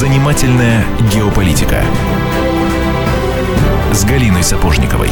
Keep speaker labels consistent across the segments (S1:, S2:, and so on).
S1: Занимательная геополитика с Галиной Сапожниковой.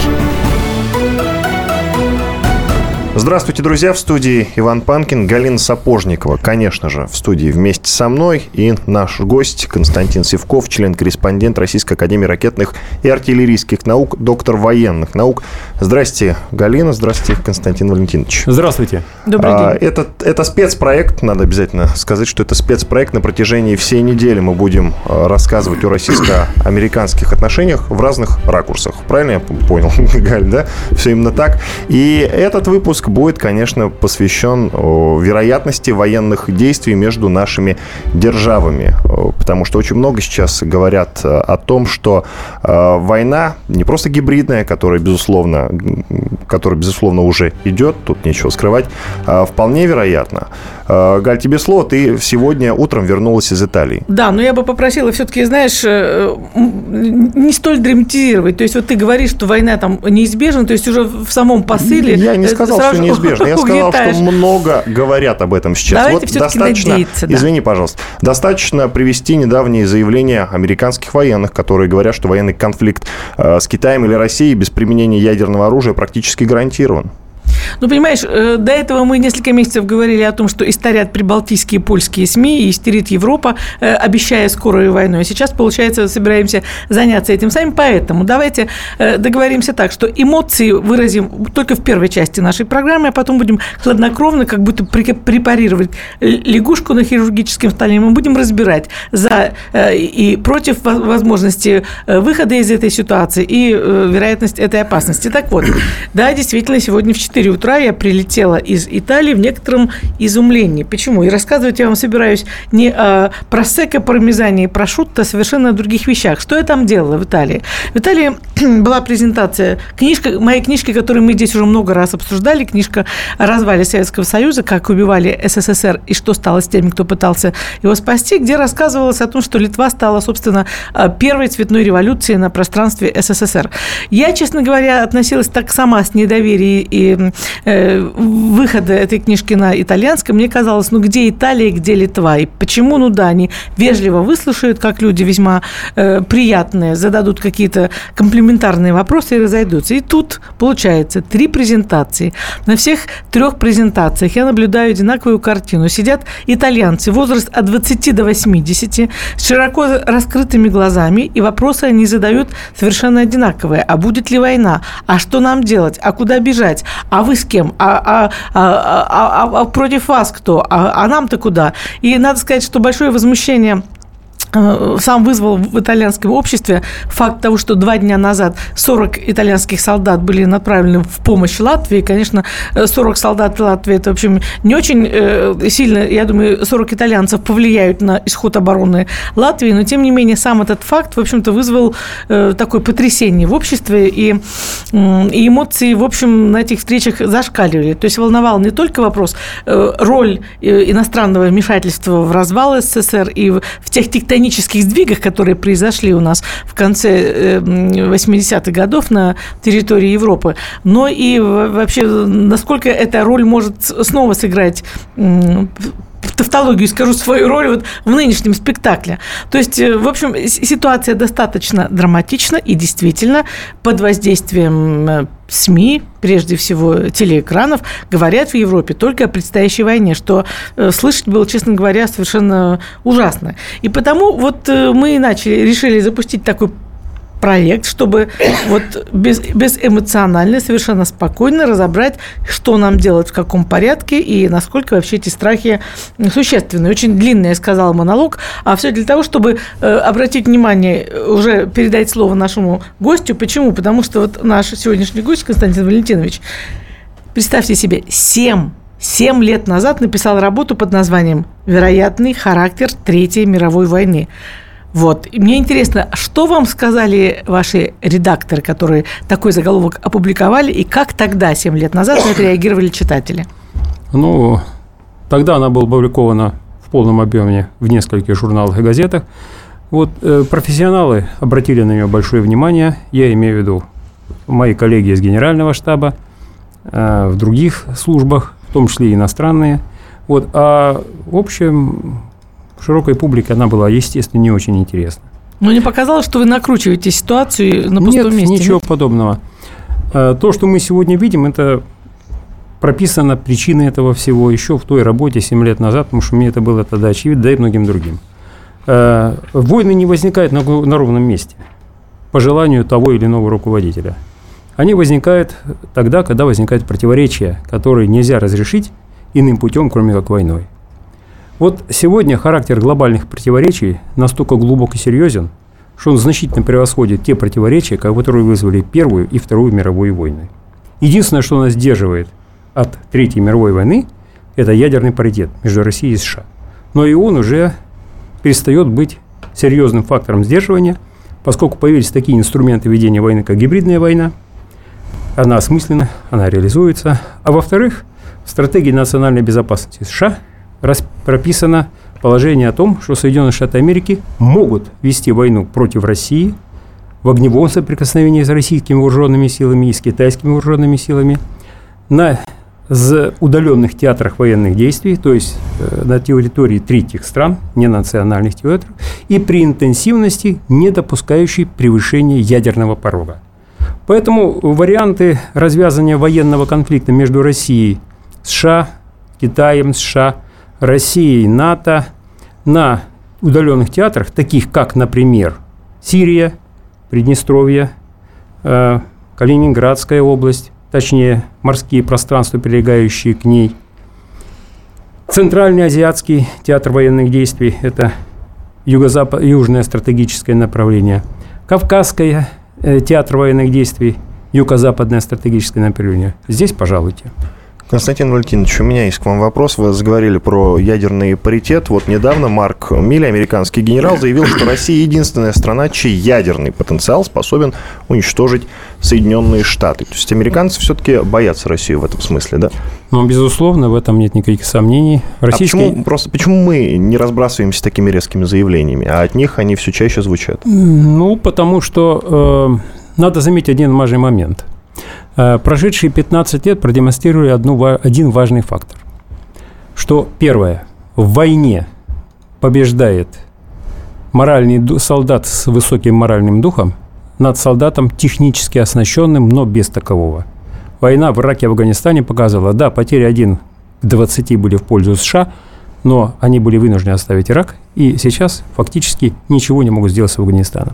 S2: Здравствуйте, друзья! В студии Иван Панкин, Галина Сапожникова, конечно же, в студии вместе со мной. И наш гость Константин Сивков, член-корреспондент Российской академии ракетных и артиллерийских наук, доктор военных наук. Здрасте, Галина, здрасте, Константин Валентинович.
S3: Здравствуйте.
S4: Добрый день.
S2: Это спецпроект, надо обязательно сказать, что это спецпроект. На протяжении всей недели мы будем рассказывать о российско-американских отношениях в разных ракурсах. Правильно я понял, Галь, да? Все именно так. И этот выпуск будет, конечно, посвящен вероятности военных действий между нашими державами. Потому что очень много сейчас говорят о том, что война не просто гибридная, которая, безусловно, уже идет, тут нечего скрывать, вполне вероятно. Галь, тебе слово. Ты сегодня утром вернулась из Италии.
S4: Да, но я бы попросила все-таки, знаешь, не столь драматизировать. То есть вот ты говоришь, что война там неизбежна, то есть уже в самом посыле...
S2: Я не сказал, что неизбежно. Я сказал, что много говорят об этом сейчас.
S4: Давайте вот все-таки надеяться.
S2: Извини, пожалуйста. Достаточно привести недавние заявления американских военных, которые говорят, что военный конфликт с Китаем или Россией без применения ядерного оружия практически гарантирован.
S4: Ну, понимаешь, до этого мы несколько месяцев говорили о том, что исторят прибалтийские польские СМИ и истерит Европа, обещая скорую войну. И сейчас, получается, собираемся заняться этим сами. Поэтому давайте договоримся так, что эмоции выразим только в первой части нашей программы, а потом будем хладнокровно, как будто препарировать лягушку на хирургическом столе. Мы будем разбирать за и против возможности выхода из этой ситуации и вероятность этой опасности. Так вот, да, действительно, сегодня в 4 утра я прилетела из Италии в некотором изумлении. Почему? И рассказывать я вам собираюсь не о просекко, пармезане и прошутто, а совершенно о других вещах. Что я там делала в Италии? В Италии была презентация моей книжки, которую мы здесь уже много раз обсуждали, книжка о развале Советского Союза, как убивали СССР и что стало с теми, кто пытался его спасти, где рассказывалось о том, что Литва стала, собственно, первой цветной революцией на пространстве СССР. Я, честно говоря, относилась так сама с недоверием и выхода этой книжки на итальянском. Мне казалось, где Италия, где Литва? И почему? Они вежливо выслушают, как люди весьма приятные, зададут какие-то комплиментарные вопросы и разойдутся. И тут, получается, 3 презентации. На всех 3 презентациях я наблюдаю одинаковую картину. Сидят итальянцы, возраст от 20 до 80, с широко раскрытыми глазами, и вопросы они задают совершенно одинаковые. А будет ли война? А что нам делать? А куда бежать? А вы с кем? Против вас кто? А нам-то куда? И надо сказать, что большое возмущение сам вызвал в итальянском обществе факт того, что 2 дня назад 40 итальянских солдат были направлены в помощь Латвии. Конечно, 40 солдат Латвии, это, в общем, не очень сильно, я думаю, 40 итальянцев повлияют на исход обороны Латвии, но, тем не менее, сам этот факт, в общем-то, вызвал такое потрясение в обществе, и эмоции, в общем, на этих встречах зашкаливали. То есть волновал не только вопрос, роль иностранного вмешательства в развал СССР и в тех тектонических сдвигах, которые произошли у нас в конце 80-х годов на территории Европы, но и вообще, насколько эта роль может снова сыграть тавтологию, скажу свою роль в нынешнем спектакле. То есть, в общем, ситуация достаточно драматична и действительно под воздействием СМИ, прежде всего телеэкранов, говорят в Европе только о предстоящей войне, что слышать было, честно говоря, совершенно ужасно. И потому мы решили запустить такой проект, чтобы безэмоционально, совершенно спокойно разобрать, что нам делать, в каком порядке и насколько вообще эти страхи существенны. Очень длинный, я сказала, монолог, а все для того, чтобы обратить внимание, уже передать слово нашему гостю. Почему? Потому что наш сегодняшний гость, Константин Валентинович, представьте себе, 7 лет назад написал работу под названием «Вероятный характер Третьей мировой войны». И мне интересно, что вам сказали ваши редакторы, которые такой заголовок опубликовали, и как тогда, 7 лет назад, на это реагировали читатели?
S3: Тогда она была опубликована в полном объеме в нескольких журналах и газетах. Профессионалы обратили на нее большое внимание, я имею в виду мои коллеги из Генерального штаба, в других службах, в том числе и иностранные. В общем, широкой публике она была, естественно, не очень интересна.
S4: Но не показалось, что вы накручиваете ситуацию на пустом месте?
S3: Нет, ничего подобного. То, что мы сегодня видим, это прописана причина этого всего еще в той работе 7 лет назад, потому что мне это было тогда очевидно, да и многим другим. Войны не возникают на ровном месте по желанию того или иного руководителя. Они возникают тогда, когда возникают противоречия, которые нельзя разрешить иным путем, кроме как войной. Вот сегодня характер глобальных противоречий настолько глубок и серьезен, что он значительно превосходит те противоречия, которые вызвали Первую и Вторую мировые войны. Единственное, что нас сдерживает от Третьей мировой войны, это ядерный паритет между Россией и США. Но и он уже перестает быть серьезным фактором сдерживания, поскольку появились такие инструменты ведения войны, как гибридная война. Она осмыслена, она реализуется. А во-вторых, в стратегии национальной безопасности США прописано положение о том, что Соединенные Штаты Америки могут вести войну против России в огневом соприкосновении с российскими вооруженными силами и с китайскими вооруженными силами на удаленных театрах военных действий, то есть на территории третьих стран, не национальных театров, и при интенсивности, не допускающей превышения ядерного порога. Поэтому варианты развязывания военного конфликта между Россией, США, Китаем, США, Россией, НАТО на удаленных театрах, таких как, например, Сирия, Приднестровье, Калининградская область, точнее, морские пространства, прилегающие к ней, Центральный азиатский театр военных действий, это южное стратегическое направление, Кавказское театр военных действий, юго-западное стратегическое направление. Здесь, пожалуйте.
S2: Константин Валентинович, у меня есть к вам вопрос. Вы заговорили про ядерный паритет. Вот недавно Марк Милли, американский генерал, заявил, что Россия единственная страна, чей ядерный потенциал способен уничтожить Соединенные Штаты. То есть американцы все-таки боятся Россию в этом смысле, да?
S3: Ну, безусловно, в этом нет никаких сомнений.
S2: Почему мы не разбрасываемся такими резкими заявлениями, а от них они все чаще звучат?
S3: Ну, потому что надо заметить один важный момент. Прошедшие 15 лет продемонстрировали один важный фактор. Что, первое, в войне побеждает моральный солдат с высоким моральным духом над солдатом технически оснащенным, но без такового. Война в Ираке и Афганистане показывала, да, потери 1 к 20 были в пользу США, но они были вынуждены оставить Ирак, и сейчас фактически ничего не могут сделать с Афганистаном.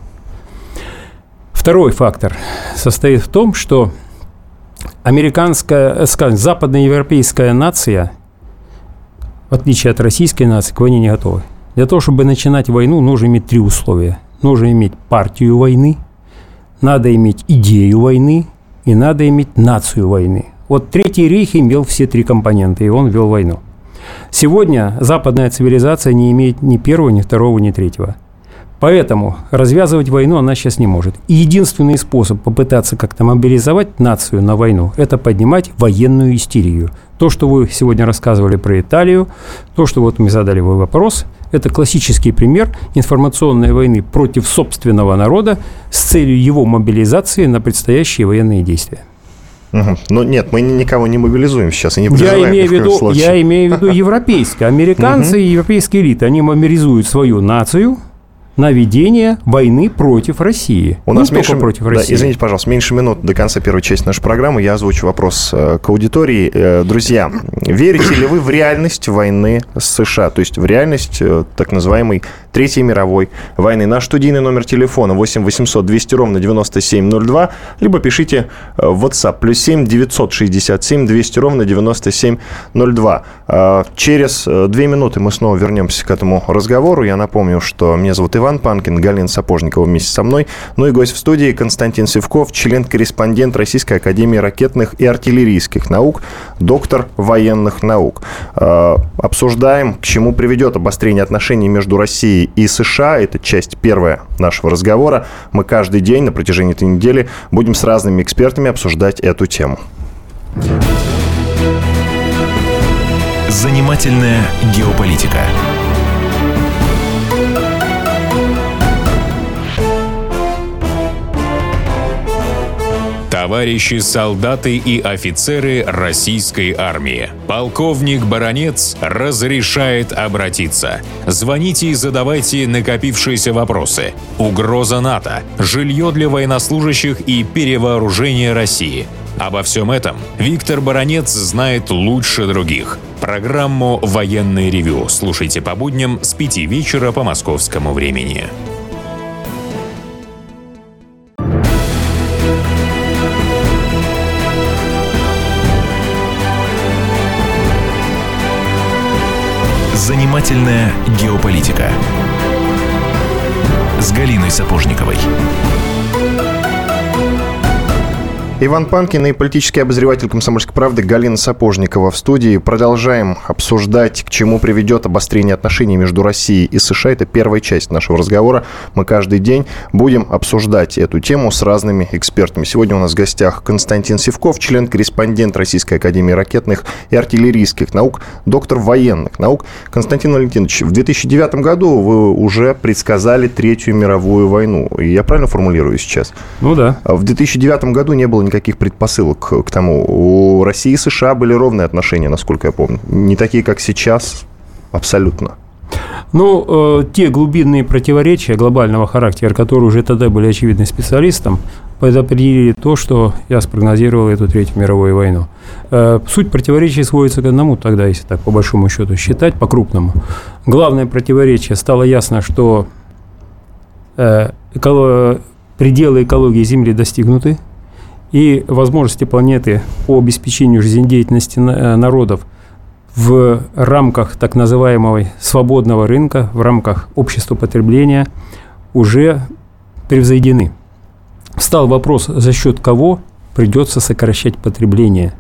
S3: Второй фактор состоит в том, что американская, скажем, западноевропейская нация, в отличие от российской нации, к войне не готова. Для того, чтобы начинать войну, нужно иметь 3 условия. Нужно иметь партию войны, надо иметь идею войны и надо иметь нацию войны. Вот Третий рейх имел все 3 компонента, и он вел войну. Сегодня западная цивилизация не имеет ни первого, ни второго, ни третьего. Поэтому развязывать войну она сейчас не может. И единственный способ попытаться как-то мобилизовать нацию на войну – это поднимать военную истерию. То, что вы сегодня рассказывали про Италию, то, что вот мы задали вы вопрос, это классический пример информационной войны против собственного народа с целью его мобилизации на предстоящие военные действия.
S2: Угу. Но нет, мы никого не мобилизуем сейчас и не призываем.
S3: Я имею в виду европейское. Американцы и европейские элиты, они мобилизуют свою нацию на ведение войны против России.
S2: У нас меньше, против России. Да, извините, пожалуйста, меньше минут до конца первой части нашей программы. Я озвучу вопрос к аудитории. Друзья, верите ли вы в реальность войны с США? То есть в реальность так называемой Третьей мировой войны? Наш студийный номер телефона 8 800 200 ровно 9702, либо пишите в WhatsApp +7 967 200 ровно 9702. Через 2 минуты мы снова вернемся к этому разговору. Я напомню, что меня зовут Иван Панкин, Галина Сапожникова вместе со мной. Ну и гость в студии Константин Сивков, член-корреспондент Российской академии ракетных и артиллерийских наук, доктор военных наук. Обсуждаем, к чему приведет обострение отношений между Россией и США. Это часть первая нашего разговора. Мы каждый день на протяжении этой недели будем с разными экспертами обсуждать эту тему.
S1: Занимательная геополитика.
S5: Товарищи солдаты и офицеры российской армии, полковник Баранец разрешает обратиться. Звоните и задавайте накопившиеся вопросы. Угроза НАТО, жилье для военнослужащих и перевооружение России. Обо всем этом Виктор Баранец знает лучше других. Программу «Военное ревю» слушайте по будням с 5 вечера по московскому времени.
S1: Занимательная геополитика с Галиной Сапожниковой.
S2: Иван Панкин и политический обозреватель «Комсомольской правды» Галина Сапожникова в студии. Продолжаем обсуждать, к чему приведет обострение отношений между Россией и США. Это первая часть нашего разговора. Мы каждый день будем обсуждать эту тему с разными экспертами. Сегодня у нас в гостях Константин Сивков, член-корреспондент Российской академии ракетных и артиллерийских наук, доктор военных наук. Константин Валентинович, в 2009 году вы уже предсказали Третью мировую войну. Я правильно формулирую сейчас?
S3: Ну да.
S2: В 2009 году не было никаких предпосылок к тому. У России и США были ровные отношения, насколько я помню. Не такие, как сейчас, абсолютно.
S3: Ну, те глубинные противоречия глобального характера, которые уже тогда были очевидны специалистам, предопределили то, что я спрогнозировал эту Третью мировую войну. Суть противоречий сводится к одному тогда, если так по большому счету считать, по-крупному. Главное противоречие: стало ясно, что пределы экологии Земли достигнуты, и возможности планеты по обеспечению жизнедеятельности народов в рамках так называемого свободного рынка, в рамках общества потребления уже превзойдены. Встал вопрос, за счет кого придется сокращать потребление.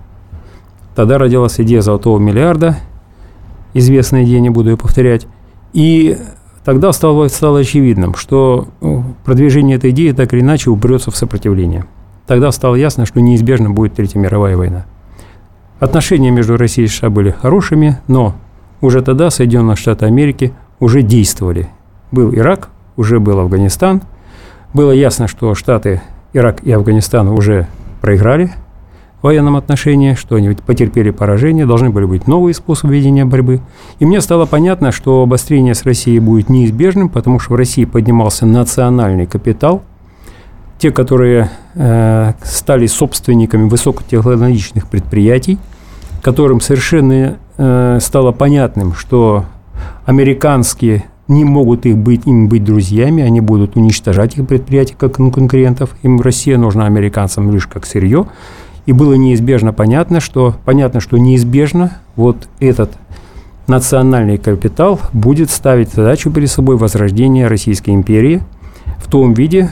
S3: Тогда родилась идея золотого миллиарда, известная идея, не буду ее повторять, и тогда стало очевидным, что продвижение этой идеи так или иначе упрется в сопротивление. Тогда стало ясно, что неизбежно будет Третья мировая война. Отношения между Россией и США были хорошими, но уже тогда Соединенные Штаты Америки уже действовали. Был Ирак, уже был Афганистан. Было ясно, что Штаты, Ирак и Афганистан уже проиграли в военном отношении, что они потерпели поражение, должны были быть новые способы ведения борьбы. И мне стало понятно, что обострение с Россией будет неизбежным, потому что в России поднимался национальный капитал. Те, которые стали собственниками высокотехнологичных предприятий, которым совершенно стало понятным, что американские не могут им быть друзьями, они будут уничтожать их предприятия как конкурентов. Им Россия нужна американцам лишь как сырье. И было неизбежно понятно, что неизбежно вот этот национальный капитал будет ставить задачу перед собой возрождения Российской империи в том виде,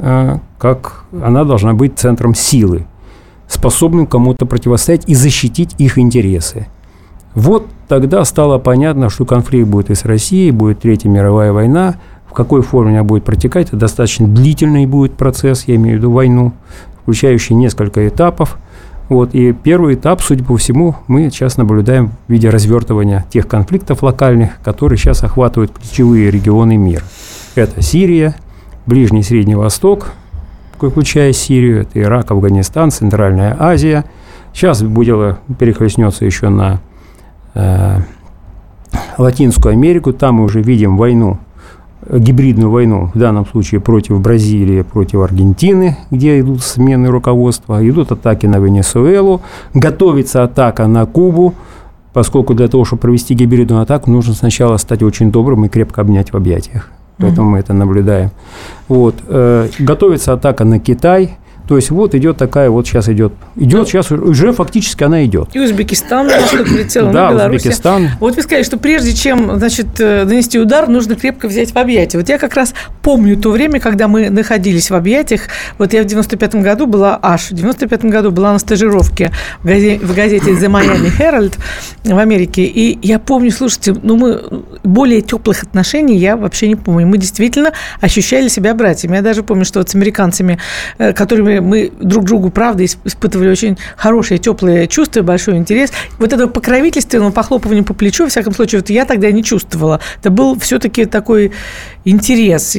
S3: как она должна быть центром силы, способным кому-то противостоять и защитить их интересы. Вот тогда стало понятно, что конфликт будет и с Россией, будет Третья мировая война. В какой форме она будет протекать, это достаточно длительный будет процесс, я имею в виду войну, включающий несколько этапов. Вот, и первый этап, судя по всему, мы сейчас наблюдаем в виде развертывания тех конфликтов локальных, которые сейчас охватывают ключевые регионы мира. Это Сирия, Ближний и Средний Восток, включая Сирию, это Ирак, Афганистан, Центральная Азия. Сейчас дело перехлестнется еще на Латинскую Америку. Там мы уже видим войну, гибридную войну, в данном случае против Бразилии, против Аргентины, где идут смены руководства, идут атаки на Венесуэлу, готовится атака на Кубу, поскольку для того, чтобы провести гибридную атаку, нужно сначала стать очень добрым и крепко обнять в объятиях. Поэтому мы это наблюдаем. Вот. Готовится атака на Китай. То есть вот идет такая, вот сейчас идет, сейчас уже фактически она идет.
S4: И Узбекистан прицел,
S3: да,
S4: Беларусь.
S3: Узбекистан.
S4: Вот вы сказали, что прежде чем, значит, нанести удар, нужно крепко взять в объятия. Вот я как раз помню то время, когда мы находились в объятиях. Вот я в 95-м году была на стажировке в газете The Miami Herald в Америке. И я помню, слушайте, мы более теплых отношений я вообще не помню. Мы действительно ощущали себя братьями. Я даже помню, что вот с американцами, которыми мы друг другу, правда, испытывали очень хорошие, теплые чувства, большой интерес. Вот этого покровительственного похлопывания по плечу, во всяком случае, вот я тогда не чувствовала. Это был все-таки такой интерес.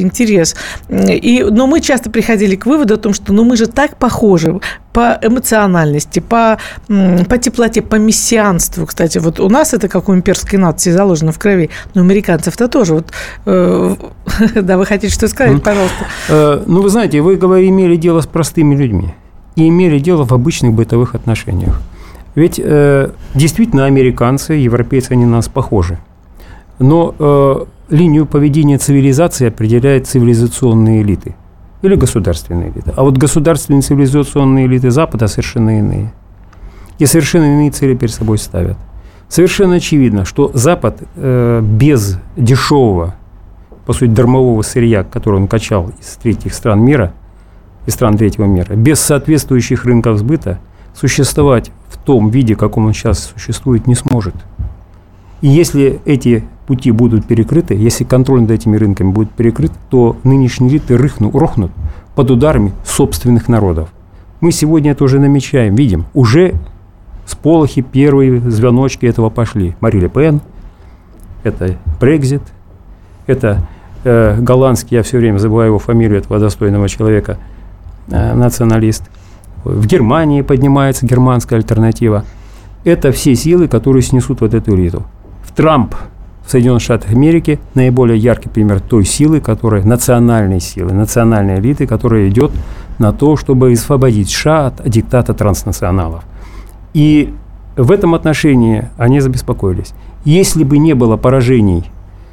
S4: Но мы часто приходили к выводу о том, что мы же так похожи по эмоциональности, по теплоте, по мессианству. Кстати, вот у нас это, как у имперской нации, заложено в крови, но у американцев-то тоже. Вот, да, вы хотите что сказать, пожалуйста?
S3: Вы знаете, вы имели дело с простыми людьми и имели дело в обычных бытовых отношениях. Ведь действительно американцы, европейцы, они на нас похожи. Но линию поведения цивилизации определяют цивилизационные элиты или государственные элиты. А вот государственные цивилизационные элиты Запада совершенно иные. И совершенно иные цели перед собой ставят. Совершенно очевидно, что Запад без дешевого, по сути, дармового сырья, который он качал из третьих стран мира, из стран третьего мира, без соответствующих рынков сбыта существовать в том виде, каком он сейчас существует, не сможет. И если эти пути будут перекрыты, если контроль над этими рынками будет перекрыт, то нынешние элиты рухнут под ударами собственных народов. Мы сегодня это уже намечаем, видим, уже сполохи, первые звоночки этого пошли. Мари Ле Пен, это Брексит, это голландский, я все время забываю его фамилию, этого достойного человека, националист. В Германии поднимается германская альтернатива. Это все силы, которые снесут вот эту элиту. Трамп в Соединенных Штатах Америки наиболее яркий пример той силы, национальной элиты, которая идет на то, чтобы освободить США от диктата транснационалов. И в этом отношении они забеспокоились. Если бы не было поражений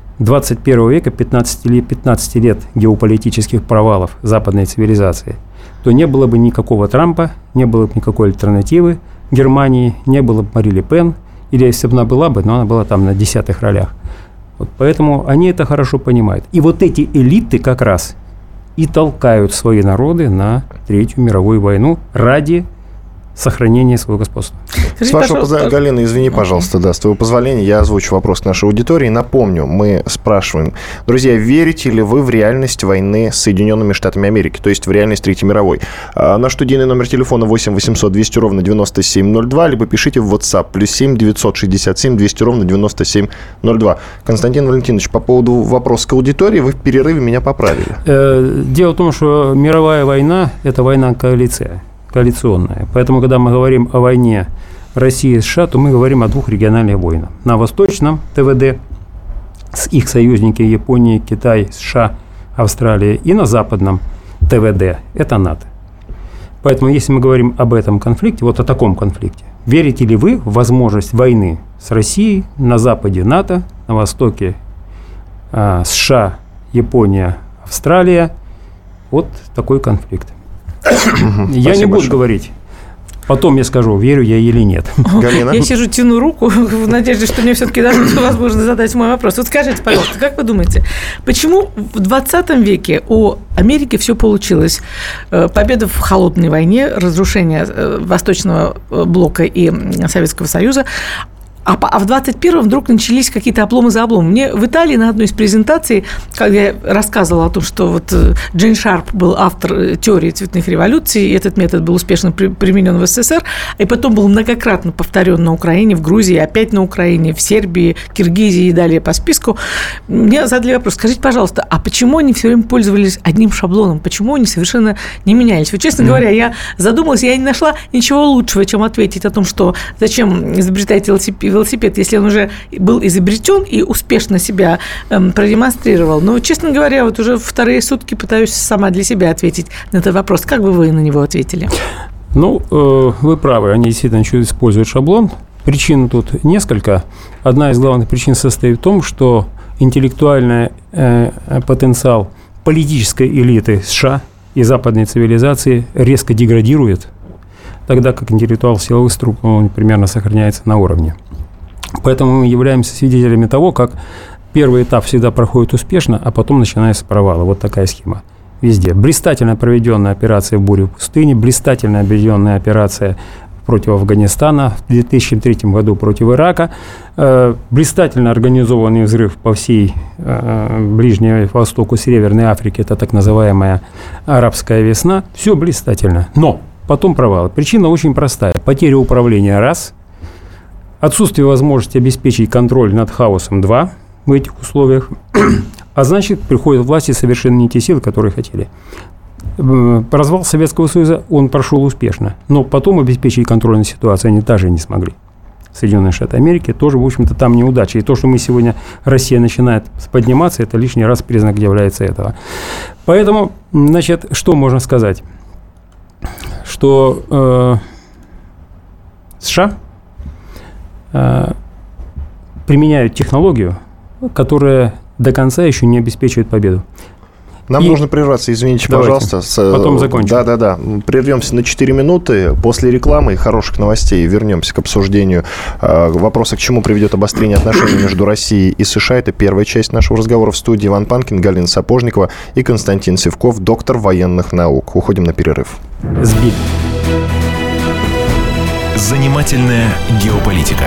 S3: 21 века, 15 лет геополитических провалов западной цивилизации, то не было бы никакого Трампа, не было бы никакой альтернативы Германии, не было бы Мари Ле Пен, или если бы она была бы, но она была там на 10-х ролях. Вот поэтому они это хорошо понимают. И вот эти элиты как раз и толкают свои народы на Третью мировую войну ради сохранения своего господства.
S2: С вашего позволения, Галина, извини, пожалуйста, с твоего позволения я озвучу вопрос к нашей аудитории. Напомню, мы спрашиваем, друзья, верите ли вы в реальность войны с Соединенными Штатами Америки, то есть в реальность Третьей мировой? Наш студийный номер телефона 8 800 200 ровно 9702, либо пишите в WhatsApp +7 967 200 ровно 9702. Константин Валентинович, по поводу вопроса к аудитории, вы в перерыве меня поправили.
S3: Дело в том, что мировая война – это война коалиционная. Поэтому, когда мы говорим о войне России и США, то мы говорим о двух региональных войнах. На восточном ТВД с их союзники Япония, Китай, США, Австралия, и на западном ТВД – это НАТО. Поэтому, если мы говорим об этом конфликте, вот о таком конфликте, верите ли вы в возможность войны с Россией на западе НАТО, на востоке США, Япония, Австралия? Вот такой конфликт. Я не буду говорить. Потом я скажу, верю я или нет.
S2: Галина?
S4: Я сижу, тяну руку в надежде, что мне все-таки даже возможно задать мой вопрос. Вот скажите, пожалуйста, как вы думаете, почему в 20 веке у Америки все получилось? Победа в холодной войне, разрушение Восточного блока и Советского Союза. А в 21-м вдруг начались какие-то обломы за обломом. Мне в Италии на одной из презентаций, когда я рассказывала о том, что вот Джейн Шарп был автор теории цветных революций, и этот метод был успешно применен в СССР, и потом был многократно повторен на Украине, в Грузии, опять на Украине, в Сербии, Киргизии и далее по списку, мне задали вопрос: скажите, пожалуйста, а почему они все время пользовались одним шаблоном? Почему они совершенно не менялись? Вот, честно говоря, я задумалась, я не нашла ничего лучшего, чем ответить о том, что зачем изобретать велосипед, если он уже был изобретен и успешно себя продемонстрировал. Но, честно говоря, вот уже вторые сутки пытаюсь сама для себя ответить на этот вопрос. Как бы вы на него ответили?
S3: Ну, вы правы, они действительно используют шаблон. Причин тут несколько. Одна из главных причин состоит в том, что интеллектуальный потенциал политической элиты США и западной цивилизации резко деградирует, тогда как интеллектуал силовых структур, он примерно сохраняется на уровне. Поэтому мы являемся свидетелями того, как первый этап всегда проходит успешно, а потом начинается провал. Вот такая схема везде. Блистательно проведенная операция в буре в пустыне, блистательно проведенная операция против Афганистана, в 2003 году против Ирака, блистательно организованный взрыв по всей Ближнему Востоку, Северной Африке, это так называемая арабская весна, все блистательно. Но потом провал. Причина очень простая. Потеря управления – раз, отсутствие возможности обеспечить контроль над хаосом – два, в этих условиях, а значит, приходят к власти совершенно не те силы, которые хотели. Развал Советского Союза, он прошел успешно, но потом обеспечить контроль над ситуацией они также не смогли. Соединенные Штаты Америки тоже, в общем-то, там неудача. И то, что мы сегодня, Россия начинает подниматься, это лишний раз признак является этого. Поэтому, значит, что можно сказать? Что США применяют технологию, которая до конца еще не обеспечивает победу.
S2: Нам нужно прерваться, извините,
S3: давайте,
S2: пожалуйста.
S3: Потом закончим.
S2: Да. Прервемся на 4 минуты. После рекламы и хороших новостей вернемся к обсуждению вопроса, к чему приведет обострение отношений между Россией и США. Это первая часть нашего разговора. В студии Иван Панкин, Галина Сапожникова и Константин Сивков, доктор военных наук. Уходим на перерыв.
S3: Сбит.
S1: Занимательная геополитика.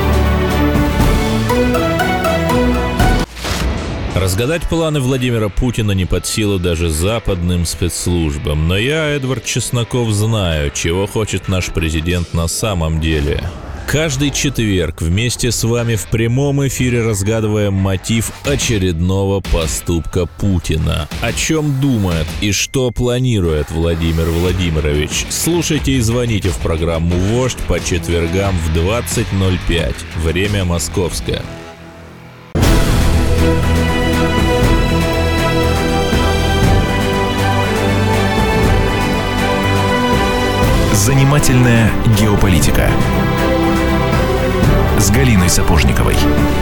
S6: Разгадать планы Владимира Путина не под силу даже западным спецслужбам. Но я, Эдвард Чесноков, знаю, чего хочет наш президент на самом деле. Каждый четверг вместе с вами в прямом эфире разгадываем мотив очередного поступка Путина. О чем думает и что планирует Владимир Владимирович? Слушайте и звоните в программу «Вождь» по четвергам в 20:05. Время московское.
S1: Занимательная геополитика с Галиной Сапожниковой.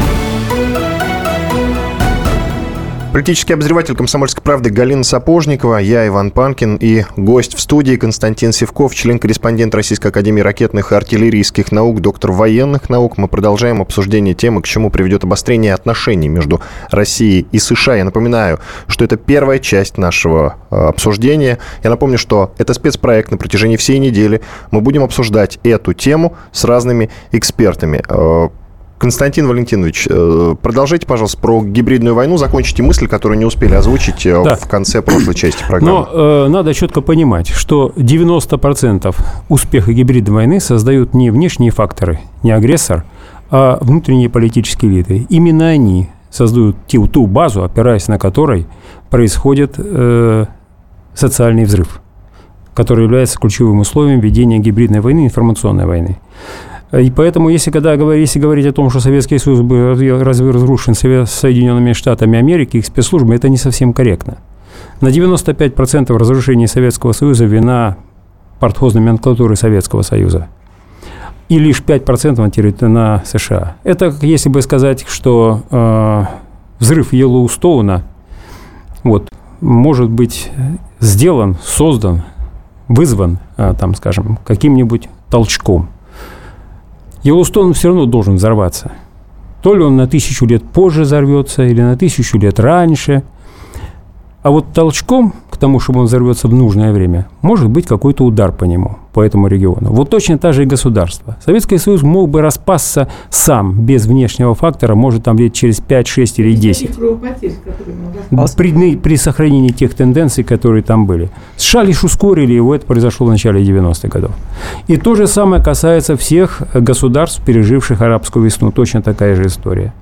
S2: Политический обозреватель «Комсомольской правды» Галина Сапожникова, я Иван Панкин и гость в студии Константин Сивков, член-корреспондент Российской академии ракетных и артиллерийских наук, доктор военных наук. Мы продолжаем обсуждение темы, к чему приведет обострение отношений между Россией и США. Я напоминаю, что это первая часть нашего обсуждения. Я напомню, что это спецпроект на протяжении всей недели. Мы будем обсуждать эту тему с разными экспертами. Константин Валентинович, продолжайте, пожалуйста, про гибридную войну. Закончите мысль, которую не успели озвучить в конце прошлой части программы.
S3: Но надо четко понимать, что 90% успеха гибридной войны создают не внешние факторы, не агрессор, а внутренние политические элиты. Именно они создают ту базу, опираясь на которой происходит социальный взрыв, который является ключевым условием ведения гибридной войны, информационной войны. И поэтому, если говорить о том, что Советский Союз был разрушен Соединенными Штатами Америки, их спецслужбами, это не совсем корректно. На 95% разрушения Советского Союза вина партхозной номенклатуры Советского Союза. И лишь 5% на США. Это, если бы сказать, что взрыв Йеллоустоуна может быть сделан, создан, вызван, скажем, каким-нибудь толчком. Йеллоустоун все равно должен взорваться. То ли он на 1000 лет позже взорвется, или на 1000 лет раньше. А вот толчком к тому, чтобы он взорвется в нужное время, может быть какой-то удар по нему, по этому региону. Вот точно так же и государство. Советский Союз мог бы распасться сам, без внешнего фактора, может, лет через 5, 6 или 10. При сохранении тех тенденций, которые там были. США лишь ускорили его, это произошло в начале 90-х годов. И то же самое касается всех государств, переживших арабскую весну. Точно такая же история.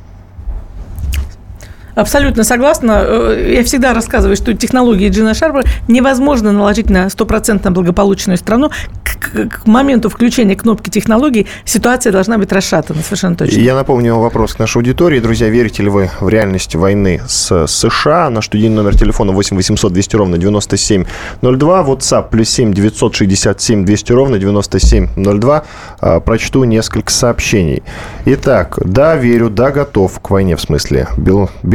S4: Абсолютно согласна. Я всегда рассказываю, что технологии Джина Шарпа невозможно наложить на 100% благополучную страну. К моменту включения кнопки технологий ситуация должна быть расшатана, совершенно точно.
S2: Я напомню вопрос к нашей аудитории. Друзья, верите ли вы в реальность войны с США? Наш студийный номер телефона 8 800 200 ровно 9702. WhatsApp +7 967 200 ровно 9702. Прочту несколько сообщений. Итак, да, верю, да, готов к войне, в смысле.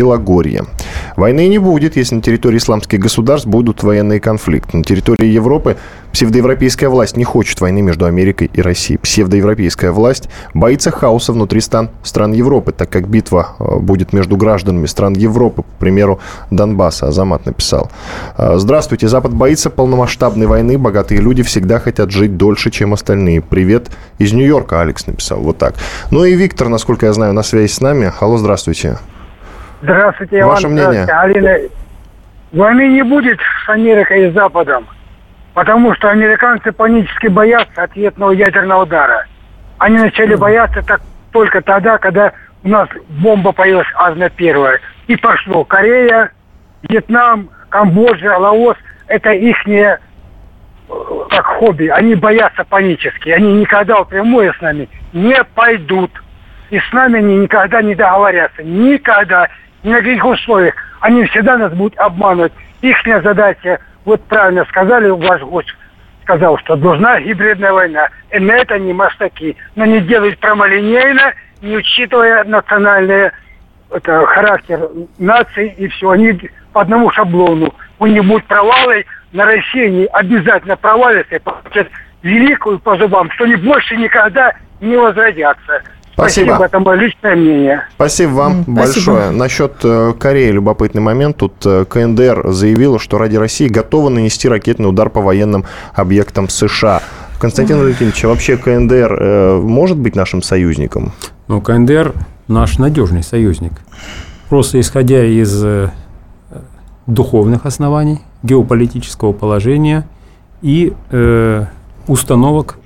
S2: Белогорье. Войны не будет, если на территории исламских государств будут военные конфликты. На территории Европы псевдоевропейская власть не хочет войны между Америкой и Россией. Псевдоевропейская власть боится хаоса внутри стран Европы, так как битва будет между гражданами стран Европы, к примеру, Донбасса. Азамат написал. Здравствуйте. Запад боится полномасштабной войны. Богатые люди всегда хотят жить дольше, чем остальные. Привет из Нью-Йорка, Алекс написал. Вот так. Ну и Виктор, насколько я знаю, на связи с нами. Алло, здравствуйте.
S7: Здравствуйте, Иван.
S2: Ваше мнение?
S7: Алина. Войны не будет с Америкой и Западом, потому что американцы панически боятся ответного ядерного удара. Они начали бояться только тогда, когда у нас бомба появилась Азна-1. И пошло. Корея, Вьетнам, Камбоджа, Лаос – это ихнее как хобби. Они боятся панически. Они никогда впрямую с нами не пойдут. И с нами они никогда не договорятся. Никогда. Ни на каких условиях. Они всегда нас будут обманывать. Ихняя задача, вот правильно сказали, ваш гость сказал, что должна гибридная война. И на это они мастаки. Но не делают прямолинейно, не учитывая национальный характер нации и все. Они по одному шаблону. У них будут провалы, на России они обязательно провалятся и получат великую по зубам, что они больше никогда не возродятся. Спасибо, это мое личное мнение.
S2: Спасибо вам большое. Насчет Кореи любопытный момент. Тут КНДР заявила, что ради России готова нанести ракетный удар по военным объектам США. Константин Валентинович, вообще КНДР может быть нашим союзником?
S3: Ну, КНДР наш надежный союзник. Просто исходя из духовных оснований, геополитического положения и установок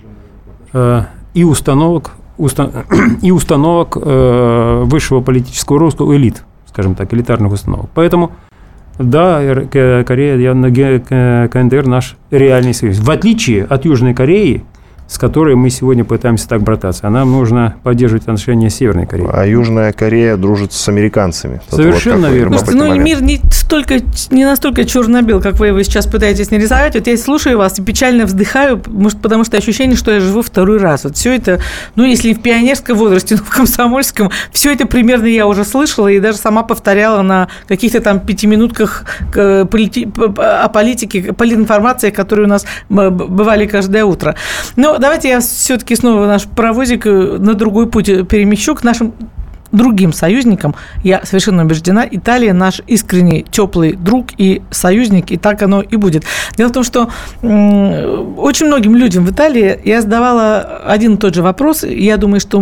S3: высшего политического роста у элит, скажем так, элитарных установок. Поэтому, да, КНДР наш реальный союз. В отличие от Южной Кореи, с которой мы сегодня пытаемся так брататься. А нам нужно поддерживать отношения с Северной Кореей.
S2: А Южная Корея дружит с американцами.
S3: Совершенно верно.
S4: Мир не настолько черно-бел, как вы его сейчас пытаетесь нарисовать. Вот я слушаю вас и печально вздыхаю, может, потому что ощущение, что я живу второй раз. Вот все это, если в пионерском возрасте, в комсомольском, все это примерно я уже слышала и даже сама повторяла на каких-то там 5-минутках о политике, политинформации, которые у нас бывали каждое утро. Но давайте я все-таки снова наш паровозик на другой путь перемещу к нашим другим союзникам. Я совершенно убеждена, Италия наш искренний, теплый друг и союзник, и так оно и будет. Дело в том, что очень многим людям в Италии я задавала один и тот же вопрос. Я думаю, что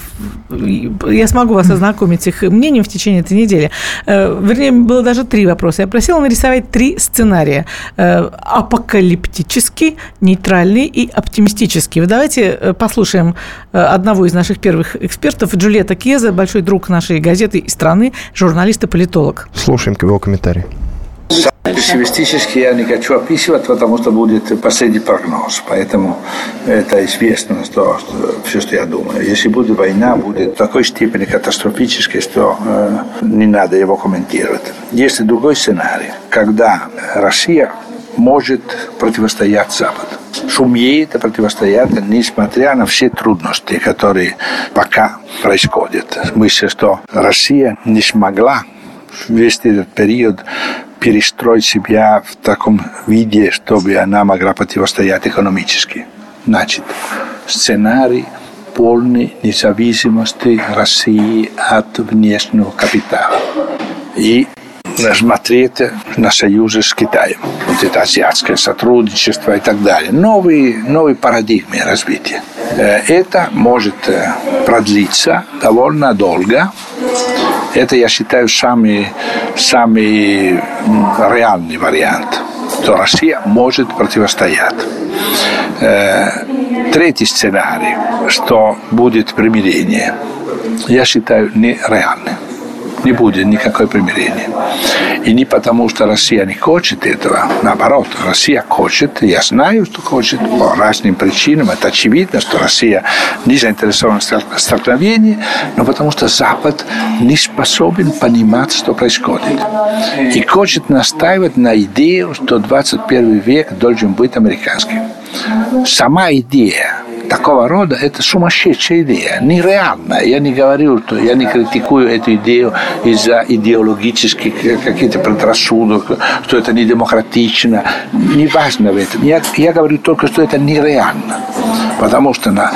S4: я смогу вас ознакомить с их мнением в течение этой недели. Вернее, было даже 3 вопроса. Я просила нарисовать 3 сценария. Апокалиптический, нейтральный и оптимистический. Вы давайте послушаем одного из наших первых экспертов, Джульетта Кьеза, большой друг нашей газеты и страны, журналист и политолог.
S2: Слушаем его комментарий.
S8: Пессимистически я не хочу описывать, потому что будет последний прогноз. Поэтому это известно, что все, что я думаю. Если будет война, будет в такой степени катастрофической, что не надо его комментировать. Есть другой сценарий, когда Россия может противостоять Западу. Сумеет противостоять, несмотря на все трудности, которые пока происходят. Мысль, что Россия не смогла весь этот период перестроить себя в таком виде, чтобы она могла противостоять экономически. Значит, сценарий полной независимости России от внешнего капитала. И смотреть на союзы с Китаем. Вот это азиатское сотрудничество и так далее. Новые парадигмы развития. Это может продлиться довольно долго. Это, я считаю, самый реальный вариант, что Россия может противостоять. Третий сценарий, что будет примирение, я считаю нереальным. Не будет никакой примирения. И не потому, что Россия не хочет этого. Наоборот, Россия хочет, я знаю, что хочет, по разным причинам. Это очевидно, что Россия не заинтересована в столкновении, но потому что Запад не способен понимать, что происходит. И хочет настаивать на идее, что 21 век должен быть американским. Сама идея такого рода, это сумасшедшая идея, нереальная. Я не говорю, я не критикую эту идею из-за идеологических каких-то предрассудок, что это не демократично. Не важно в этом. Я говорю только, что это нереально. Потому что на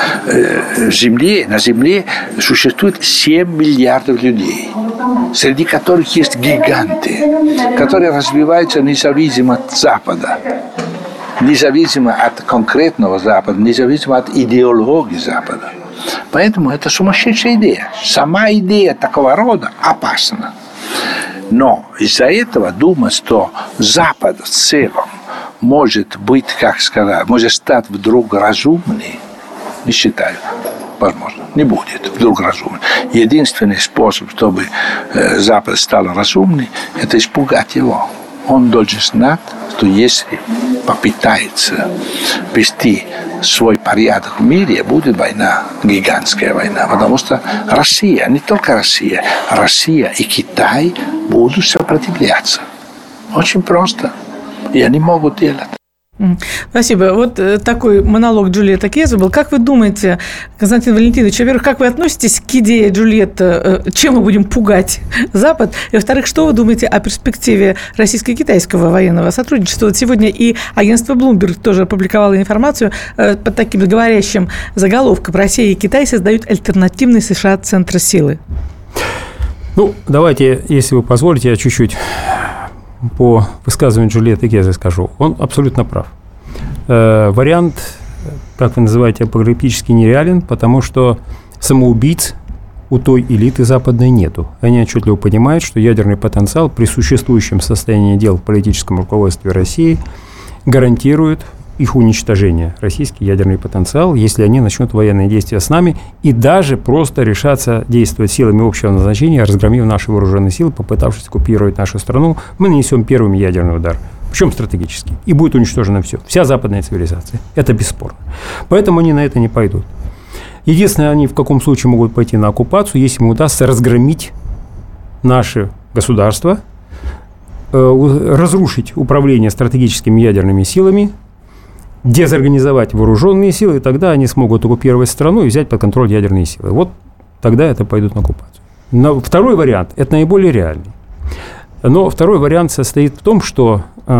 S8: Земле существует 7 миллиардов людей, среди которых есть гиганты, которые развиваются независимо от Запада, независимо от конкретного Запада, независимо от идеологии Запада. Поэтому это сумасшедшая идея. Сама идея такого рода опасна. Но из-за этого думать, что Запад в целом может быть, как сказать, может стать вдруг разумным, не считаю. Возможно, не будет вдруг разумным. Единственный способ, чтобы Запад стал разумным, это испугать его. Он должен знать, что если попытается вести свой порядок в мире, будет война, гигантская война. Потому что Россия, не только Россия, Россия и Китай будут сопротивляться. Очень просто. И они могут делать.
S4: Спасибо. Вот такой монолог Джульетты Кеза был. Как вы думаете, Константин Валентинович, во-первых, как вы относитесь к идее Джульетты, чем мы будем пугать Запад? И, во-вторых, что вы думаете о перспективе российско-китайского военного сотрудничества? Вот сегодня и агентство Bloomberg тоже опубликовало информацию под таким говорящим заголовком: «Россия и Китай создают альтернативный США центр силы».
S3: Ну, давайте, если вы позволите, я чуть-чуть по высказыванию Джульетты Кеза скажу. Он абсолютно прав. Вариант, как вы называете, апокалиптически нереален, потому что самоубийц у той элиты западной нету. Они отчетливо понимают, что ядерный потенциал при существующем состоянии дел в политическом руководстве России гарантирует их уничтожение, российский ядерный потенциал, если они начнут военные действия с нами и даже просто решатся действовать силами общего назначения, разгромив наши вооруженные силы, попытавшись оккупировать нашу страну, мы нанесем первым ядерный удар, причем стратегический, и будет уничтожено все, вся западная цивилизация. Это бесспорно. Поэтому они на это не пойдут. Единственное, они в каком случае могут пойти на оккупацию, если им удастся разгромить наше государство, разрушить управление стратегическими ядерными силами, дезорганизовать вооруженные силы, и тогда они смогут оккупировать страну и взять под контроль ядерные силы. Вот тогда это пойдут на оккупацию. Но второй вариант – это наиболее реальный. Но второй вариант состоит в том, что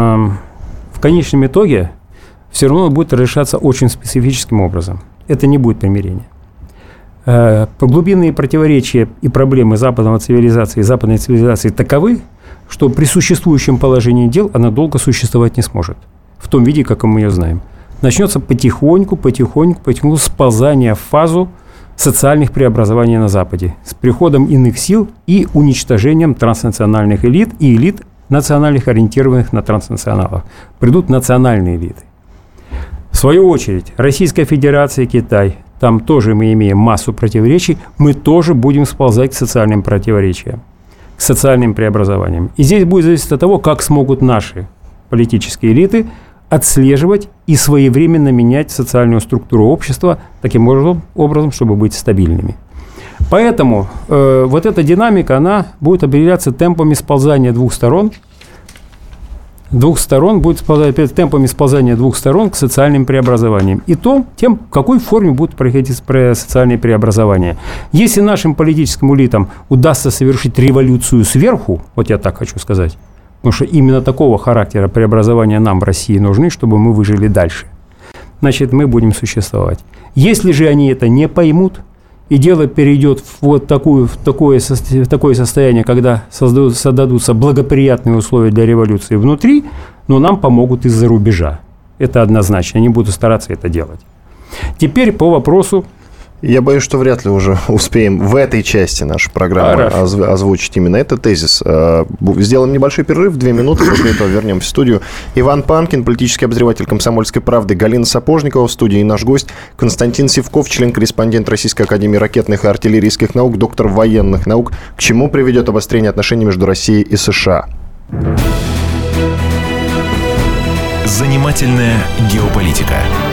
S3: в конечном итоге все равно будет решаться очень специфическим образом. Это не будет примирение. Глубинные противоречия и проблемы западной цивилизации таковы, что при существующем положении дел она долго существовать не сможет в том виде, как мы ее знаем. Начнется потихоньку сползание в фазу социальных преобразований на Западе с приходом иных сил и уничтожением транснациональных элит и элит национальных, ориентированных на транснационалов. Придут национальные элиты. В свою очередь, Российская Федерация и Китай, там тоже мы имеем массу противоречий, мы тоже будем сползать к социальным противоречиям, к социальным преобразованиям. И здесь будет зависеть от того, как смогут наши политические элиты отслеживать и своевременно менять социальную структуру общества таким образом, чтобы быть стабильными. Поэтому вот эта динамика, она будет определяться темпами сползания двух сторон будет темпами сползания двух сторон к социальным преобразованиям. И тем, в какой форме будут проходить социальные преобразования. Если нашим политическим элитам удастся совершить революцию сверху, вот я так хочу сказать, потому что именно такого характера преобразования нам в России нужны, чтобы мы выжили дальше. Значит, мы будем существовать. Если же они это не поймут, и дело перейдет в такое состояние, когда создадутся благоприятные условия для революции внутри, но нам помогут из-за рубежа. Это однозначно, они будут стараться это делать. Теперь по вопросу.
S2: Я боюсь, что вряд ли уже успеем в этой части нашей программы озвучить именно этот тезис. Сделаем небольшой перерыв, 2 минуты, после этого вернемся в студию. Иван Панкин, политический обозреватель «Комсомольской правды», Галина Сапожникова в студии, и наш гость Константин Сивков, член-корреспондент Российской академии ракетных и артиллерийских наук, доктор военных наук. К чему приведет обострение отношений между Россией и США?
S1: Занимательная геополитика.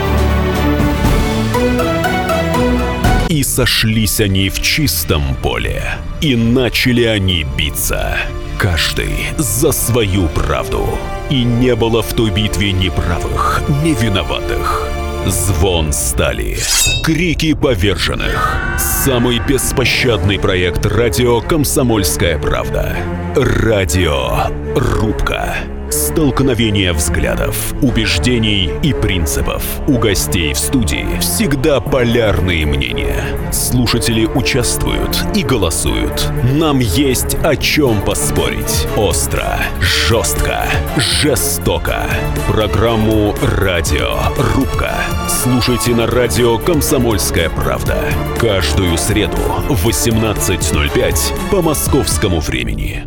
S9: И сошлись они в чистом поле, и начали они биться, каждый за свою правду. И не было в той битве ни правых, ни виноватых. Звон стали. Крики поверженных. Самый беспощадный проект радио «Комсомольская правда». Радиорубка. Столкновение взглядов, убеждений и принципов. У гостей в студии всегда полярные мнения. Слушатели участвуют и голосуют. Нам есть о чем поспорить. Остро, жестко, жестоко. Программу «Радиорубка» слушайте на радио «Комсомольская правда». Каждую среду в 18:05 по московскому времени.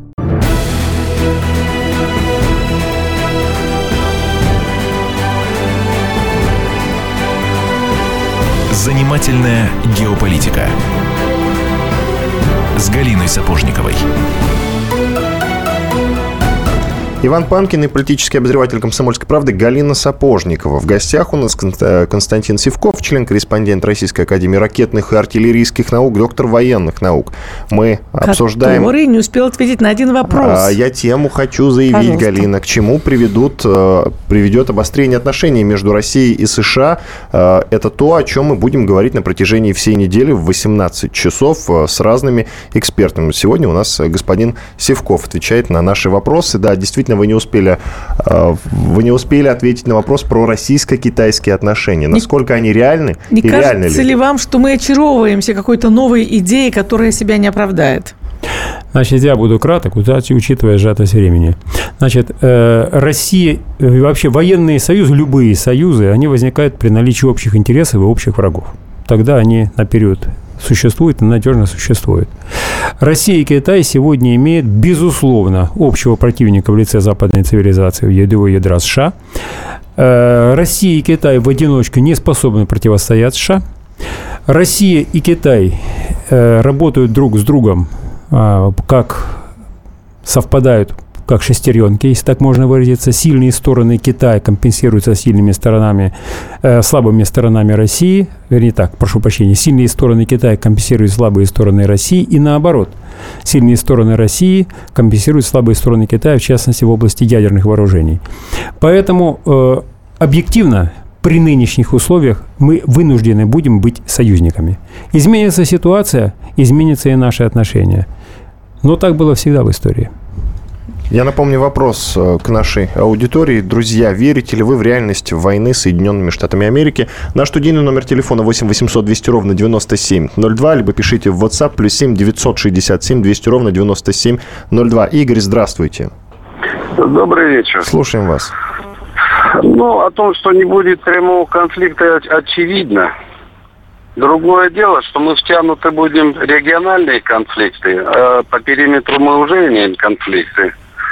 S1: Занимательная геополитика с Галиной Сапожниковой.
S2: Иван Панкин и политический обозреватель «Комсомольской правды» Галина Сапожникова. В гостях у нас Константин Сивков, член-корреспондент Российской академии ракетных и артиллерийских наук, доктор военных наук. Мы обсуждаем...
S4: Который не успел ответить на один вопрос.
S2: Я тему хочу заявить, пожалуйста. Галина. К чему приведет обострение отношений между Россией и США? Это то, о чем мы будем говорить на протяжении всей недели в 18 часов с разными экспертами. Сегодня у нас господин Сивков отвечает на наши вопросы. Да, действительно, вы не успели ответить на вопрос про российско-китайские отношения. Насколько они реальны
S4: не
S2: и реальны ли?
S4: Кажется ли вам, что мы очаровываемся какой-то новой идеей, которая себя не оправдает?
S3: Значит, я буду краток, учитывая сжатость времени. Значит, Россия, вообще военные союзы, любые союзы, они возникают при наличии общих интересов и общих врагов. Тогда они на период существуют и надежно существуют. Россия и Китай сегодня имеют, безусловно, общего противника в лице западной цивилизации, его ядра США. Россия и Китай в одиночку не способны противостоять США. Россия и Китай работают друг с другом, как совпадают, как шестеренки, если так можно выразиться. Сильные стороны Китая компенсируются сильными сторонами, слабыми сторонами России. Вернее так, прошу прощения, сильные стороны Китая компенсируют слабые стороны России и наоборот. Сильные стороны России компенсируют слабые стороны Китая, в частности, в области ядерных вооружений. Поэтому объективно при нынешних условиях мы вынуждены будем быть союзниками. Изменится ситуация, изменятся и наши отношения. Но так было всегда в истории.
S2: Я напомню вопрос к нашей аудитории. Друзья, верите ли вы в реальность войны с Соединенными Штатами Америки? Наш студийный номер телефона 8 800 200 ровно 9702, либо пишите в WhatsApp +7 967 200 ровно 9702. Игорь, здравствуйте.
S10: Добрый вечер.
S2: Слушаем вас.
S10: О том, что не будет прямого конфликта, очевидно. Другое дело, что мы втянуты будем в региональные конфликты, а по периметру мы уже имеем конфликты.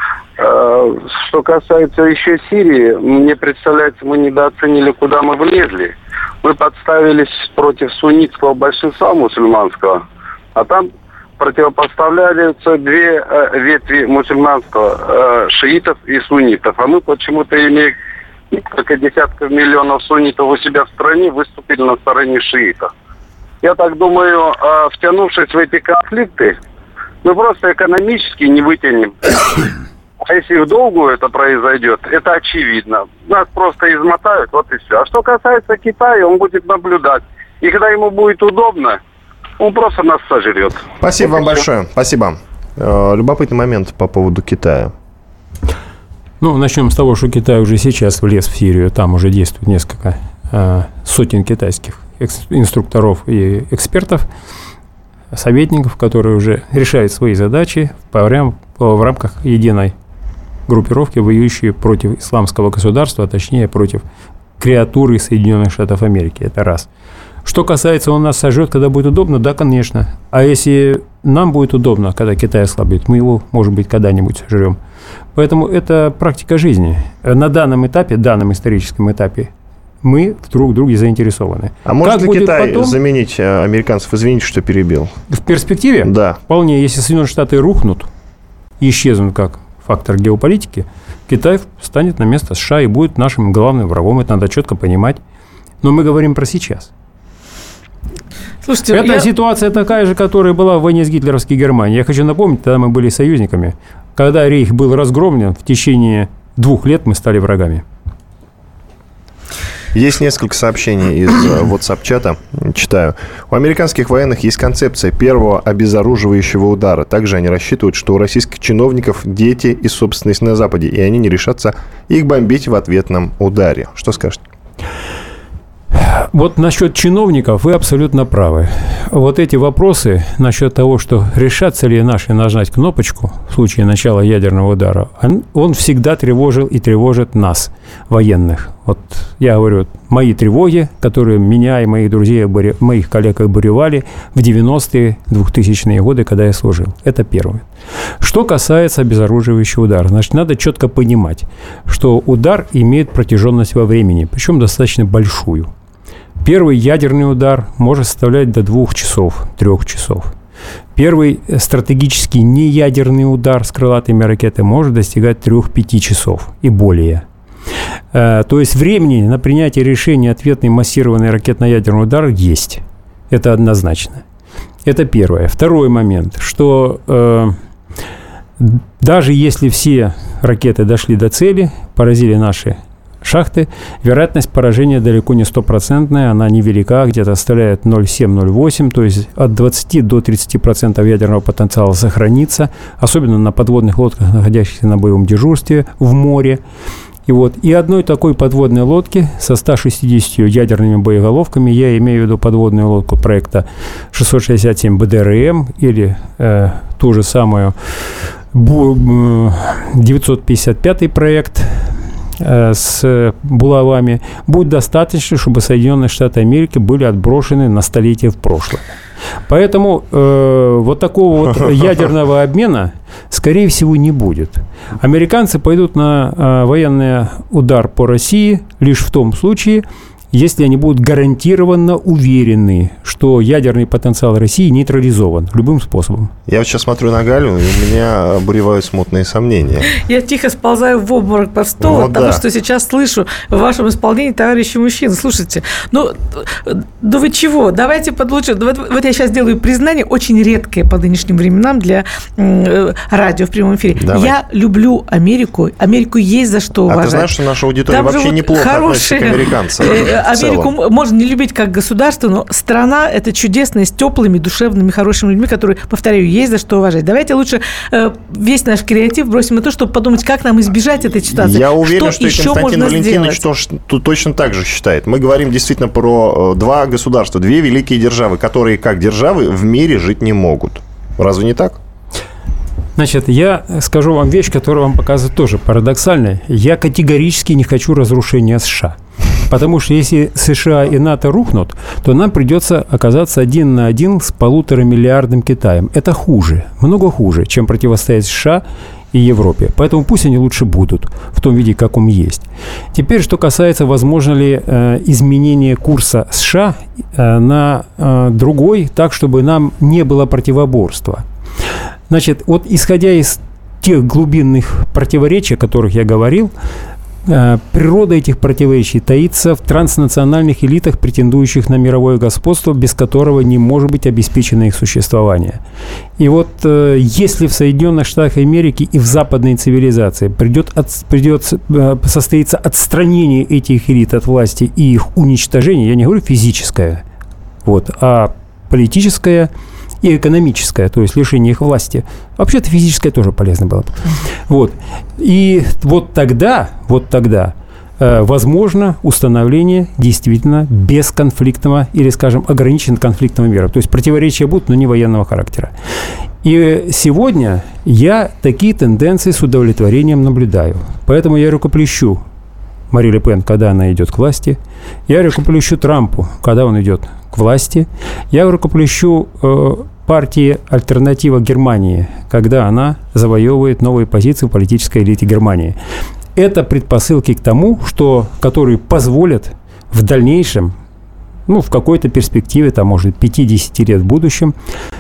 S10: Что касается еще Сирии, мне представляется, мы недооценили, куда мы влезли. Мы подставились против суннитского большинства мусульманского, а там противопоставляются две ветви мусульманского, шиитов и суннитов. А мы почему-то имеем несколько десятков миллионов суннитов у себя в стране, выступили на стороне шиитов. Я так думаю, втянувшись в эти конфликты, мы просто экономически не вытянем. А если в долгую это произойдет, это очевидно. Нас просто измотают, вот и все. А что касается Китая, он будет наблюдать. И когда ему будет удобно, он просто нас сожрет.
S2: Спасибо вам большое. Спасибо. Любопытный момент по поводу Китая.
S3: Начнем с того, что Китай уже сейчас влез в Сирию. Там уже действует несколько сотен китайских инструкторов и экспертов, советников, которые уже решают свои задачи в рамках единой группировки, воюющей против исламского государства, а точнее против креатуры Соединенных Штатов Америки. Это раз. Что касается, он нас сожжет, когда будет удобно, да, конечно. А если нам будет удобно, когда Китай ослабеет, мы его, может быть, когда-нибудь сожрем. Поэтому это практика жизни. На данном этапе, данном историческом этапе, мы друг в друге заинтересованы.
S2: А может ли Китай заменить американцев? Извините, что перебил.
S3: В перспективе?
S2: Да.
S3: Вполне. Если Соединенные Штаты рухнут, исчезнут как фактор геополитики, Китай встанет на место США и будет нашим главным врагом. Это надо четко понимать. Но мы говорим про сейчас.
S4: Слушайте,
S3: эта ситуация такая же, которая была в войне с гитлеровской Германией. Я хочу напомнить, тогда мы были союзниками. Когда Рейх был разгромлен, в течение 2 лет мы стали врагами.
S2: Есть несколько сообщений из WhatsApp-чата. Читаю. У американских военных есть концепция первого обезоруживающего удара. Также они рассчитывают, что у российских чиновников дети и собственность на Западе, и они не решатся их бомбить в ответном ударе. Что скажете?
S3: Вот насчет чиновников вы абсолютно правы. Вот эти вопросы насчет того, что решатся ли наши нажать кнопочку в случае начала ядерного удара, он всегда тревожил и тревожит нас, военных. Вот я говорю, мои тревоги, которые меня и моих друзей, моих коллег обуревали в 90-е, 2000-е годы, когда я служил. Это первое. Что касается обезоруживающего удара, значит, надо четко понимать, что удар имеет протяженность во времени, причем достаточно большую. Первый ядерный удар может составлять до 2 часов, 3 часов. Первый стратегический неядерный удар с крылатыми ракетами может достигать 3-5 часов и более. То есть времени на принятие решения ответный массированный ракетно-ядерный удар есть. Это однозначно. Это первое. Второй момент, что даже если все ракеты дошли до цели, поразили наши шахты, вероятность поражения далеко не 100%, она невелика, где-то составляет 0,7-0,8, то есть от 20 до 30% ядерного потенциала сохранится, особенно на подводных лодках, находящихся на боевом дежурстве в море. И одной такой подводной лодки со 160 ядерными боеголовками, я имею в виду подводную лодку проекта 667 БДРМ или ту же самую 955 проект с булавами, будет достаточно, чтобы Соединенные Штаты Америки были отброшены на столетие в прошлое. Поэтому вот такого вот ядерного обмена, скорее всего, не будет. Американцы пойдут на военный удар по России лишь в том случае, если они будут гарантированно уверены, что ядерный потенциал России нейтрализован любым способом.
S2: Я вот сейчас смотрю на Галю, и у меня обуревают смутные сомнения.
S4: Я тихо сползаю в обморок под стол от того, что сейчас слышу в вашем исполнении, товарищи мужчины. Слушайте, да вы чего? Давайте лучше. Вот я сейчас делаю признание, очень редкое по нынешним временам для радио в прямом эфире.
S2: Давай.
S4: Я люблю Америку. Америку есть за что уважать.
S2: А ты знаешь, что наша аудитория
S4: там
S2: вообще неплохо относится к американцам?
S4: Америку можно не любить как государство, но страна – это чудесная, с теплыми, душевными, хорошими людьми, которые, повторяю, есть за что уважать. Давайте лучше весь наш креатив бросим на то, чтобы подумать, как нам избежать этой ситуации.
S2: Я уверен, что и Константин Валентинович
S4: сделать?
S2: точно так же считает. Мы говорим действительно про два государства, две великие державы, которые как державы в мире жить не могут. Разве не так?
S3: Значит, я скажу вам вещь, которая вам показывает тоже парадоксальная. Я категорически не хочу разрушения США. Потому что если США и НАТО рухнут, то нам придется оказаться 1 на 1 с 1,5 миллиардным Китаем. Это хуже, много хуже, чем противостоять США и Европе. Поэтому пусть они лучше будут в том виде, как он есть. Теперь, что касается, возможно ли изменения курса США на другой, так, чтобы нам не было противоборства. Значит, вот исходя из тех глубинных противоречий, о которых я говорил, природа этих противоречий таится в транснациональных элитах, претендующих на мировое господство, без которого не может быть обеспечено их существование. И вот если в Соединенных Штатах Америки и в западной цивилизации состоится отстранение этих элит от власти и их уничтожение, я не говорю физическое, а политическое и экономическое, то есть лишение их власти. Вообще-то физическое тоже полезно было бы. И вот тогда возможно установление действительно бесконфликтного или, скажем, ограниченного конфликтного мира. То есть противоречия будут, но не военного характера. И сегодня я такие тенденции с удовлетворением наблюдаю. Поэтому я рукоплещу Мари Ле Пен, когда она идет к власти. Я рукоплещу Трампу, когда он идет к власти. Я рукоплещу партии «Альтернатива Германии», когда она завоевывает новые позиции в политической элите Германии. Это предпосылки к тому, которые позволят в дальнейшем, в какой-то перспективе, может, 5-10 лет в будущем,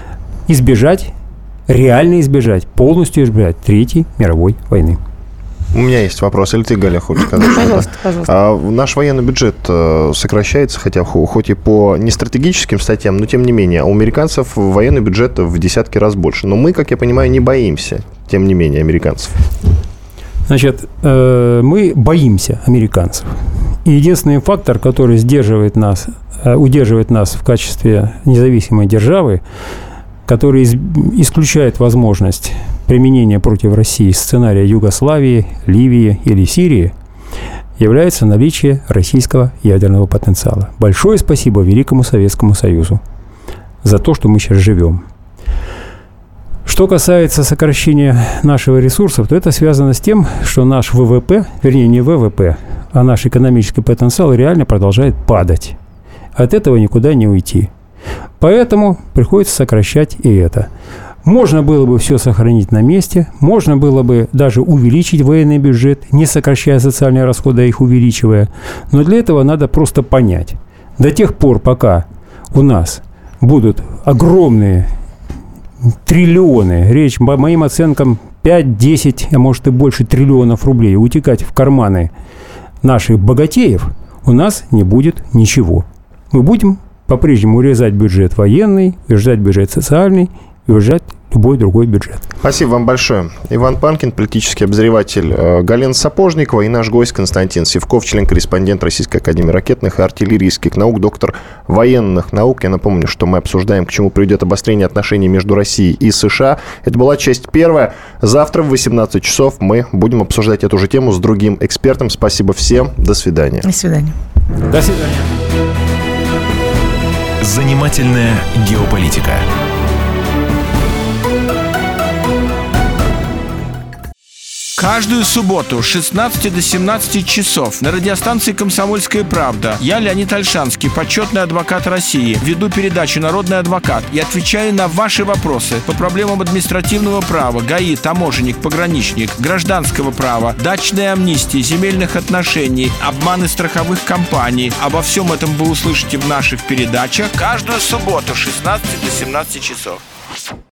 S3: полностью избежать Третьей мировой войны.
S2: У меня есть вопрос. Или ты, Галя, хочешь сказать?
S4: Пожалуйста.
S2: Наш военный бюджет сокращается, хоть и по нестратегическим статьям, но тем не менее. У американцев военный бюджет в десятки раз больше. Но мы, как я понимаю, не боимся, тем не менее, американцев.
S3: Значит, мы боимся американцев. И единственный фактор, который удерживает нас в качестве независимой державы, который исключает возможность применения против России сценария Югославии, Ливии или Сирии, является наличие российского ядерного потенциала. Большое спасибо Великому Советскому Союзу за то, что мы сейчас живем. Что касается сокращения нашего ресурсов, то это связано с тем, что наш ВВП, вернее не ВВП, а наш экономический потенциал реально продолжает падать. От этого никуда не уйти. Поэтому приходится сокращать и это. Можно было бы все сохранить на месте, можно было бы даже увеличить военный бюджет, не сокращая социальные расходы, а их увеличивая. Но для этого надо просто понять. До тех пор, пока у нас будут огромные триллионы, речь по моим оценкам 5-10, а может и больше триллионов рублей утекать в карманы наших богатеев, у нас не будет ничего. Мы будем по-прежнему урезать бюджет военный, урезать бюджет социальный и урезать любой другой бюджет.
S2: Спасибо вам большое. Иван Панкин, политический обозреватель, Галина Сапожникова и наш гость Константин Сивков, член-корреспондент Российской академии ракетных и артиллерийских наук, доктор военных наук. Я напомню, что мы обсуждаем, к чему приведет обострение отношений между Россией и США. Это была часть первая. Завтра в 18 часов мы будем обсуждать эту же тему с другим экспертом. Спасибо всем. До свидания.
S4: До свидания.
S3: До свидания.
S1: Занимательная геополитика.
S11: Каждую субботу с 16 до 17 часов на радиостанции «Комсомольская правда» я, Леонид Ольшанский, почетный адвокат России, веду передачу «Народный адвокат» и отвечаю на ваши вопросы по проблемам административного права, ГАИ, таможенник, пограничник, гражданского права, дачной амнистии, земельных отношений, обманы страховых компаний. Обо всем этом вы услышите в наших передачах каждую субботу с 16 до 17 часов.